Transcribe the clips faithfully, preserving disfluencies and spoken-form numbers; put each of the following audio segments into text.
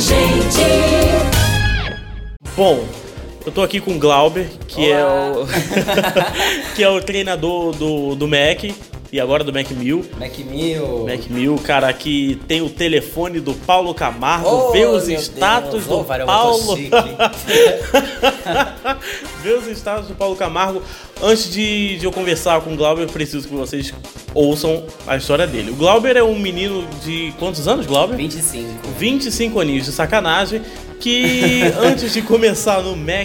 gente. Bom, eu tô aqui com o Glauber, que é o que é o treinador do, do Mac e agora do Mac mil. Mac mil. Mac mil, cara, que tem o telefone do Paulo Camargo, oh, vê os status Deus. do oh, Paulo. Vê os status do Paulo Camargo. Antes de, de eu conversar com o Glauber, eu preciso que vocês ouçam a história dele. O Glauber é um menino de quantos anos, Glauber? vinte e cinco. vinte e cinco aninhos de sacanagem, que antes de começar no Mac,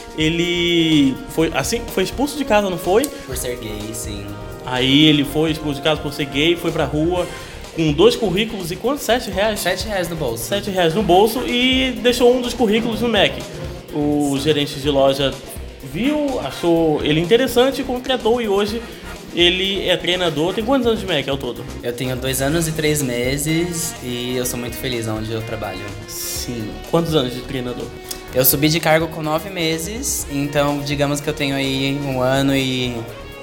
ele foi assim, foi expulso de casa, não foi? Por ser gay, sim. Aí ele foi expulso de casa por ser gay, foi pra rua com dois currículos e quantos? Sete reais? Sete reais no bolso. Sete reais no bolso e deixou um dos currículos no Mac. O gerente de loja viu, achou ele interessante, contratou e hoje ele é treinador. Tem quantos anos de Mac ao todo? Eu tenho dois anos e três meses e eu sou muito feliz onde eu trabalho. Sim. Quantos anos de treinador? Eu subi de cargo com nove meses, então digamos que eu tenho aí um ano e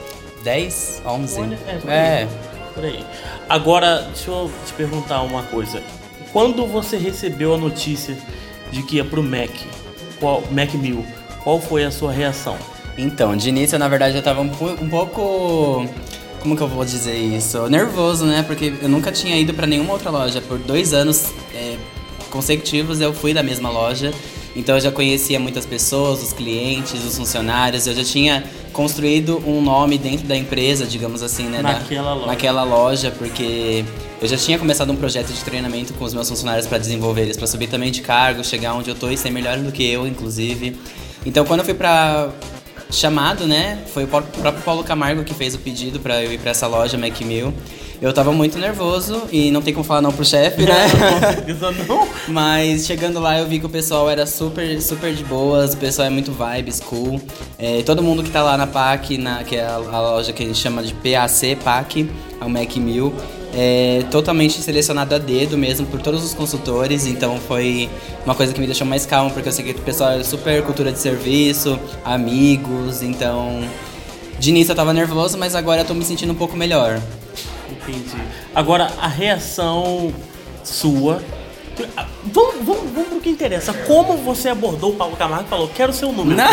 dez, onze. Um ano, é, por aí. É. Por aí. Agora, deixa eu te perguntar uma coisa. Quando você recebeu a notícia de que ia pro Mac, qual, Mac mil, qual foi a sua reação? Então, de início, na verdade, eu tava um, um pouco... Como que eu vou dizer isso? Nervoso, né? Porque eu nunca tinha ido pra nenhuma outra loja. Por dois anos é, consecutivos eu fui da mesma loja. Então eu já conhecia muitas pessoas, os clientes, os funcionários. Eu já tinha construído um nome dentro da empresa, digamos assim, né? Naquela da, loja. Naquela loja, porque eu já tinha começado um projeto de treinamento com os meus funcionários para desenvolver eles, para subir também de cargo, chegar onde eu tô e ser melhor do que eu, inclusive. Então quando eu fui pra... chamado, né? Foi o próprio Paulo Camargo que fez o pedido pra eu ir pra essa loja Mac mil. Eu tava muito nervoso e não tem como falar não pro chefe, né? Não, não. Mas chegando lá eu vi que o pessoal era super, super de boas, o pessoal é muito vibes, cool. É, todo mundo que tá lá na P A C, na, que é a, a loja que a gente chama de P A C, P A C, a Mac mil, é totalmente selecionado a dedo mesmo por todos os consultores, então foi uma coisa que me deixou mais calmo, porque eu sei que o pessoal é super cultura de serviço, amigos, então de início eu tava nervoso, mas agora eu tô me sentindo um pouco melhor. Entendi. Agora, a reação sua... Vamos, vamos, vamos pro que interessa. Como você abordou o Paulo Camargo e falou, quero seu número? Não,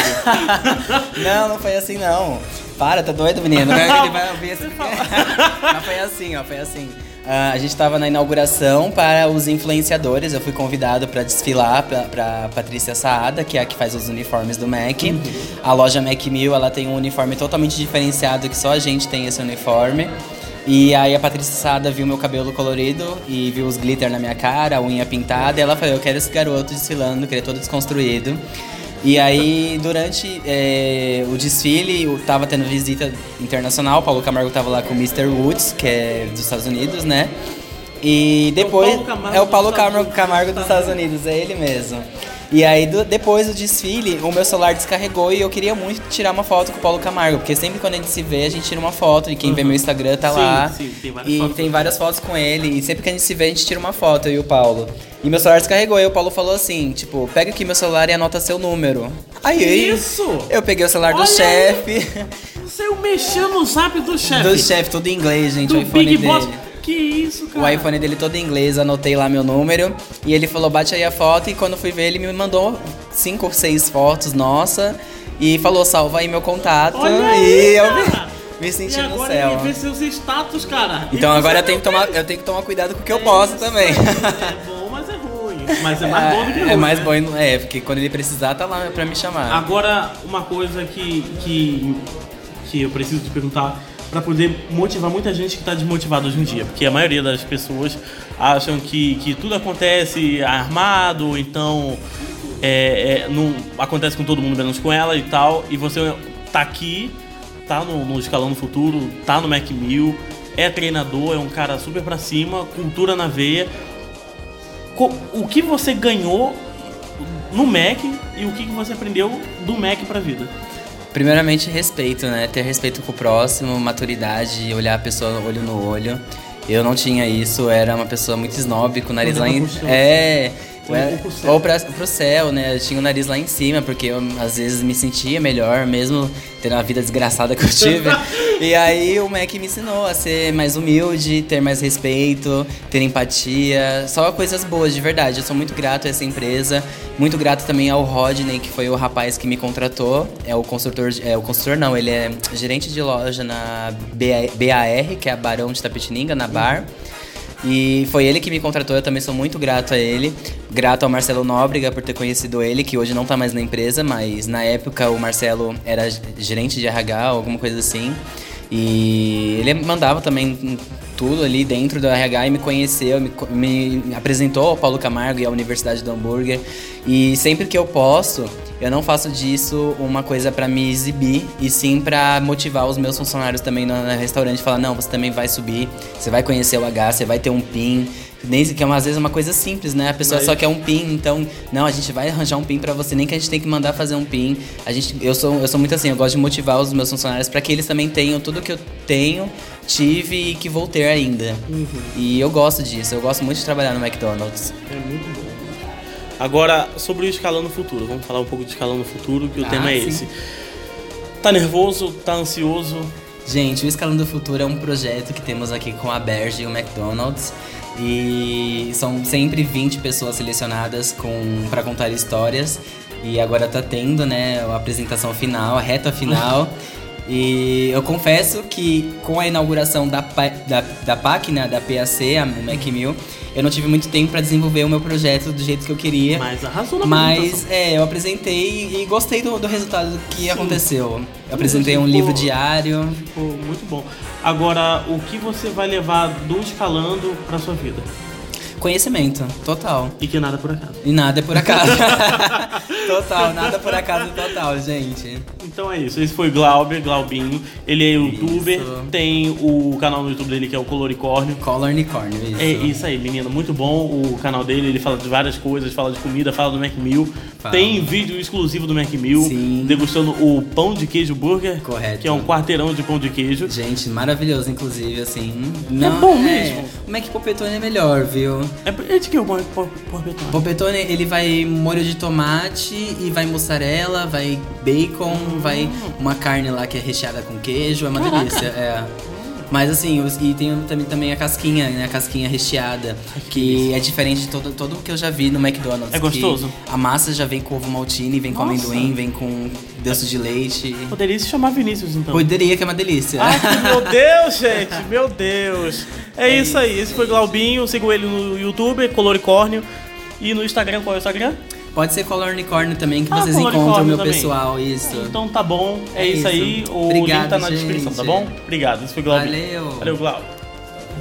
não, não foi assim não. Para, tá doido, menino? Ele vai ouvir esse... Não foi assim, ó, foi assim. Uh, a gente tava na inauguração para os influenciadores. Eu fui convidado para desfilar pra, pra Patrícia Saada, que é a que faz os uniformes do Mac. Uhum. A loja Mac mil, ela tem um uniforme totalmente diferenciado, que só a gente tem esse uniforme. E aí a Patrícia Saada viu meu cabelo colorido e viu os glitter na minha cara, a unha pintada, e ela falou, eu quero esse garoto desfilando, que ele é todo desconstruído. E aí, durante é, o desfile, eu tava tendo visita internacional, o Paulo Camargo tava lá com o mister Woods, que é dos Estados Unidos, né? E depois... É o Paulo Camargo, Camargo dos Estados Unidos, é ele mesmo. E aí, do, depois do desfile, o meu celular descarregou e eu queria muito tirar uma foto com o Paulo Camargo, porque sempre quando a gente se vê, a gente tira uma foto, e quem uhum. vê meu Instagram tá sim, lá. Sim, tem várias e fotos. tem várias fotos com ele, e sempre que a gente se vê, a gente tira uma foto, eu e o Paulo. E meu celular descarregou, e o Paulo falou assim, tipo, pega aqui meu celular e anota seu número. Aí, aí isso? Eu peguei o celular Olha do chefe. Você mexeu no zap do chefe? Do chefe, tudo em inglês, gente, do o iPhone Big dele. Boss. Que isso, cara? O iPhone dele todo em inglês, anotei lá meu número. E ele falou, bate aí a foto. E quando fui ver, ele me mandou cinco ou seis fotos, nossa. E falou, salva aí meu contato. Olha e aí, eu me, cara. me senti e no agora céu. Ele vê seus status, cara. Então agora eu tenho, que tomar, eu tenho que tomar cuidado com o que eu é posto isso, também. É bom, mas é ruim. Mas é mais bom do que ruim. É mais né? bom, é, porque quando ele precisar, tá lá pra me chamar. Agora, uma coisa que, que, que eu preciso te perguntar, para poder motivar muita gente que está desmotivada hoje em dia, porque a maioria das pessoas acham que, que tudo acontece armado, então é, é, não acontece com todo mundo menos com ela e tal, e você tá aqui, tá no, no Escalão no Futuro, tá no Mac mil, é treinador, é um cara super pra cima, cultura na veia. O que você ganhou no Mac e o que você aprendeu do Mac pra vida? Primeiramente, respeito, né? Ter respeito com o próximo, maturidade, olhar a pessoa olho no olho. Eu não tinha isso, eu era uma pessoa muito snob, com o nariz lá em... É, ou, ou pra, pro céu, né? Eu tinha o nariz lá em cima, porque eu às vezes me sentia melhor, mesmo tendo a vida desgraçada que eu tive. E aí o Mac me ensinou a ser mais humilde, ter mais respeito, ter empatia, só coisas boas de verdade. Eu sou muito grato a essa empresa, muito grato também ao Rodney, que foi o rapaz que me contratou. É o consultor, é o consultor não, ele é gerente de loja na B A R, que é a Barão de Tapetininga, na Bar. E foi ele que me contratou, eu também sou muito grato a ele. Grato ao Marcelo Nóbrega por ter conhecido ele, que hoje não tá mais na empresa, mas na época o Marcelo era gerente de R H, alguma coisa assim. E ele mandava também tudo ali dentro do R H e me conheceu, me, me apresentou ao Paulo Camargo e à Universidade do Hambúrguer. E sempre que eu posso, eu não faço disso uma coisa pra me exibir, e sim pra motivar os meus funcionários também no, no restaurante. Falar, não, você também vai subir, você vai conhecer o H, você vai ter um pin. Nem que é às vezes uma coisa simples, né? A pessoa Mas... só quer um pin, então, não, a gente vai arranjar um pin pra você, nem que a gente tem que mandar fazer um pin. A gente, eu sou, eu sou muito assim, eu gosto de motivar os meus funcionários pra que eles também tenham tudo que eu tenho, tive e que vou ter ainda. Uhum. E eu gosto disso, eu gosto muito de trabalhar no McDonald's. É muito bom. Agora, sobre o Escalando Futuro, vamos falar um pouco de Escalando Futuro, que ah, o tema é sim. esse. Tá nervoso? Tá ansioso? Gente, o Escalando Futuro é um projeto que temos aqui com a Berge e o McDonald's. E são sempre vinte pessoas selecionadas com, pra contar histórias. E agora tá tendo, né, a apresentação final, a reta final. E eu confesso que com a inauguração da, da, da P A C, né, da P A C, a McMill, eu não tive muito tempo pra desenvolver o meu projeto do jeito que eu queria. Mas arrasou na Mas é, eu apresentei e gostei do, do resultado que Sim. aconteceu. Eu apresentei ficou, um livro diário. Ficou muito bom. Agora, o que você vai levar do Escalando pra sua vida? Conhecimento, total. E que nada por acaso. E nada é por acaso. Total, nada por acaso total, gente. Então é isso, esse foi o Glauber, Glaubinho. Ele é youtuber, isso. Tem o canal no YouTube dele que é o Coloricórnio. Coloricórnio, isso. É isso aí, menino, muito bom o canal dele. Ele fala de várias coisas, fala de comida, fala do McMill. Fala. Tem vídeo exclusivo do McMill. Sim. Degustando o pão de queijo burger. Correto. Que é um quarteirão de pão de queijo. Gente, maravilhoso, inclusive, assim. Não, é bom mesmo. É, o Mac Polpettone é melhor, viu? É, é de que o Polpettone? Polpettone, ele vai molho de tomate e vai mussarela, vai bacon, hum. vai uma carne lá que é recheada com queijo, é uma Caraca. delícia. É. Mas assim, e tem também, também a casquinha, né? A casquinha recheada, Ai, que, que é diferente de todo, todo o que eu já vi no McDonald's. É gostoso? A massa já vem com ovo maltine, vem Nossa. com amendoim, vem com doce de leite. Poderia se chamar Vinícius, então. Poderia, que é uma delícia. Ai, meu Deus, gente, meu Deus. É, é isso aí, esse foi o Glaubinho, sigo ele no YouTube, Coloricórnio. E no Instagram, qual é o Instagram? Pode ser Coloricórnio também, que ah, vocês encontram o meu também. pessoal, isso. Então tá bom, é, é isso aí. O Obrigado, link tá na gente. descrição, tá bom? Obrigado, esse foi o Glaubinho. Valeu. Valeu, Glauber.